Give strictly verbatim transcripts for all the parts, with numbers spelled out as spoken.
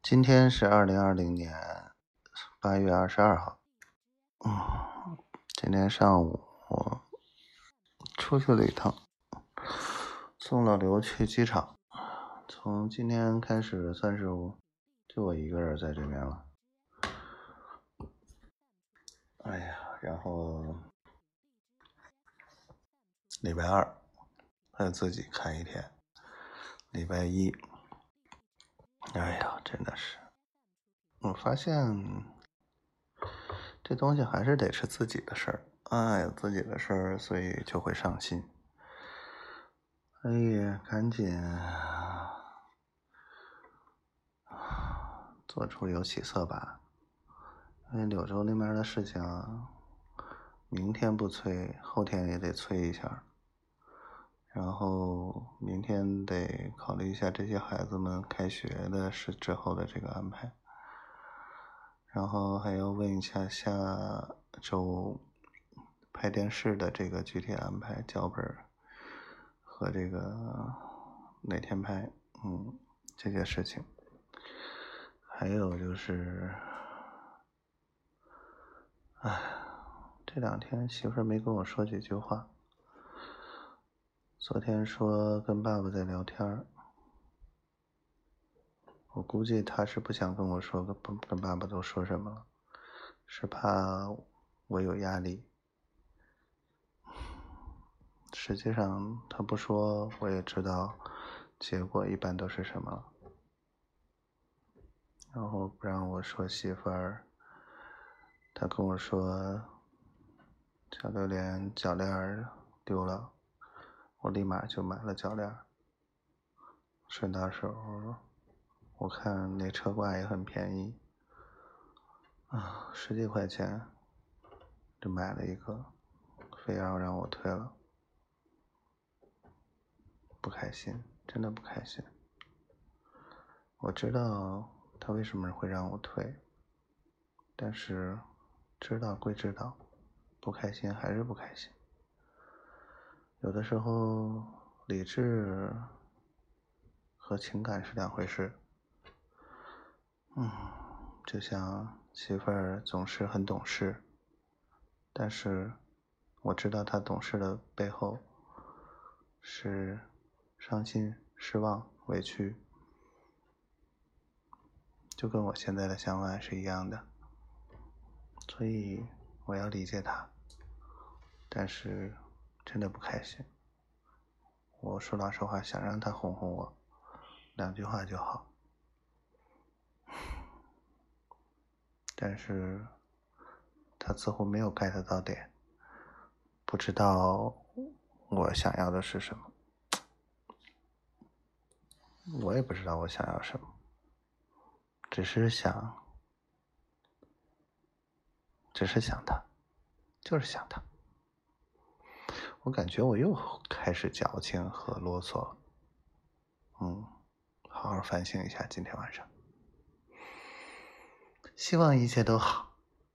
今天是二零二零年八月二十二号。嗯，今天上午我出去了一趟，送老刘去机场。从今天开始算是我就我一个人在这边了。哎呀，然后礼拜二他自己看一天，礼拜一，哎呀，真的是，我发现这东西还是得是自己的事儿，哎呀，自己的事儿，所以就会上心。哎呀，赶紧做出有起色吧，因为柳州那边的事情啊，明天不催，后天也得催一下。然后明天得考虑一下这些孩子们开学的是之后的这个安排，然后还要问一下下周拍电视的这个具体安排，脚本和这个哪天拍，嗯，这些事情。还有就是，唉，这两天媳妇儿没跟我说几句话。昨天说跟爸爸在聊天，我估计他是不想跟我说跟跟爸爸都说什么了，是怕我有压力。实际上他不说我也知道结果一般都是什么了。然后不让我说媳妇儿，他跟我说小榴莲脚链丢了，我立马就买了脚链。顺到手我看那车挂也很便宜啊，十几块钱就买了一个，非要让我退了，不开心，真的不开心。我知道他为什么会让我退，但是知道归知道，不开心还是不开心。有的时候理智和情感是两回事。嗯，就像媳妇儿总是很懂事，但是我知道她懂事的背后是伤心、失望、委屈，就跟我现在的想法是一样的。所以我要理解她，但是真的不开心。我说老实话，想让她哄哄我，两句话就好。但是他似乎没有 get 到点，不知道我想要的是什么，我也不知道我想要什么，只是想，只是想他，就是想他。我感觉我又开始矫情和啰嗦了，嗯，好好反省一下今天晚上，希望一切都好。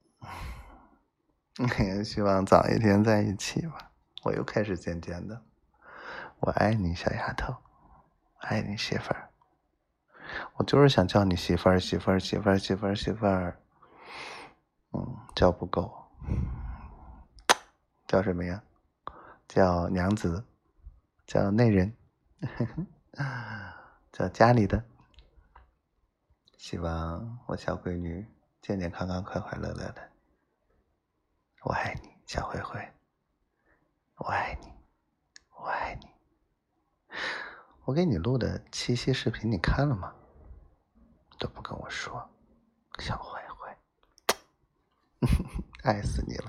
也希望早一天在一起吧。我又开始渐渐的，我爱你小丫头，爱你媳妇儿。我就是想叫你媳妇儿媳妇儿媳妇儿媳妇儿媳妇儿，嗯，叫不够，叫什么呀？叫娘子，叫内人，叫家里的。希望我小闺女健健康康快快乐乐的。我爱你，小灰灰，我爱你，我爱你。我给你录的七夕视频你看了吗？都不跟我说，小灰灰，爱死你了。